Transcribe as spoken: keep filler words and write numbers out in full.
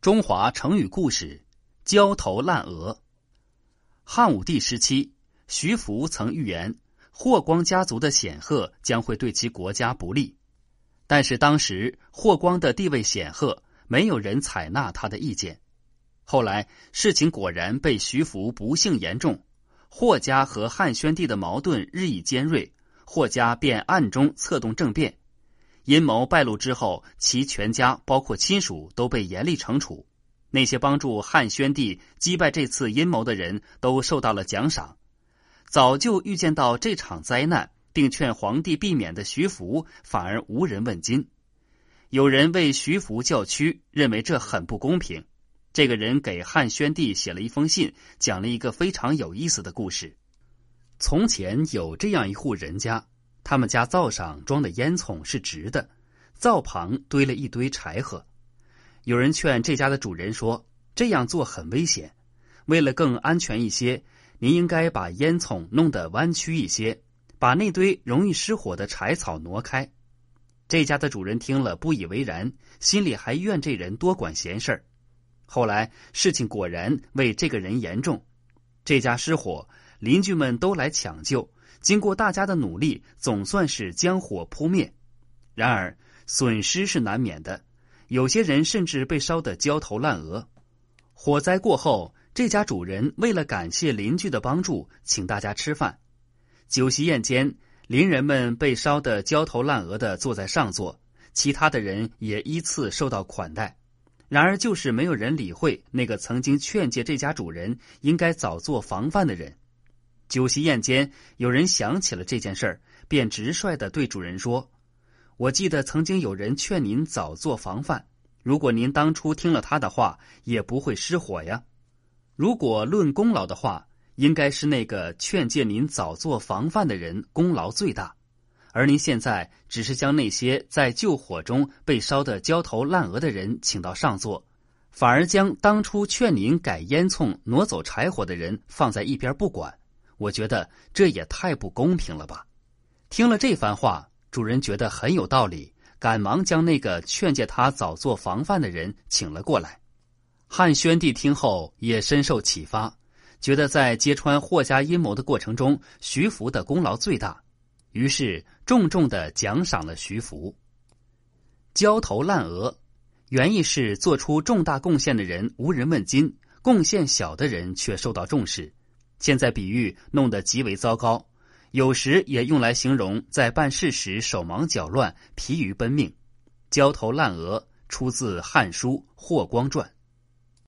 中华成语故事：焦头烂额。汉武帝时期，徐福曾预言霍光家族的显赫将会对其国家不利，但是当时霍光的地位显赫，没有人采纳他的意见。后来事情果然被徐福不幸言中，霍家和汉宣帝的矛盾日益尖锐，霍家便暗中策动政变。阴谋败露之后，其全家包括亲属都被严厉惩处。那些帮助汉宣帝击败这次阴谋的人都受到了奖赏。早就预见到这场灾难，并劝皇帝避免的徐福反而无人问津。有人为徐福叫屈，认为这很不公平。这个人给汉宣帝写了一封信，讲了一个非常有意思的故事。从前有这样一户人家，他们家灶上装的烟囱是直的，灶旁堆了一堆柴禾。有人劝这家的主人说，这样做很危险，为了更安全一些，您应该把烟囱弄得弯曲一些，把那堆容易失火的柴草挪开。这家的主人听了不以为然，心里还怨这人多管闲事儿。后来事情果然为这个人严重，这家失火，邻居们都来抢救，经过大家的努力，总算是将火扑灭。然而损失是难免的，有些人甚至被烧得焦头烂额。火灾过后，这家主人为了感谢邻居的帮助，请大家吃饭。酒席宴间，邻人们被烧得焦头烂额地坐在上座，其他的人也依次受到款待。然而就是没有人理会那个曾经劝诫这家主人应该早做防范的人。酒席宴间，有人想起了这件事儿，便直率地对主人说，我记得曾经有人劝您早做防范，如果您当初听了他的话，也不会失火呀。如果论功劳的话，应该是那个劝诫您早做防范的人功劳最大，而您现在只是将那些在救火中被烧得焦头烂额的人请到上座，反而将当初劝您改烟囱挪走柴火的人放在一边不管，我觉得这也太不公平了吧。听了这番话，主人觉得很有道理，赶忙将那个劝诫他早做防范的人请了过来。汉宣帝听后也深受启发，觉得在揭穿霍家阴谋的过程中，徐福的功劳最大，于是重重地奖赏了徐福。焦头烂额，原意是做出重大贡献的人无人问津，贡献小的人却受到重视。现在比喻弄得极为糟糕，有时也用来形容在办事时手忙脚乱、疲于奔命。焦头烂额出自《汉书·霍光传》。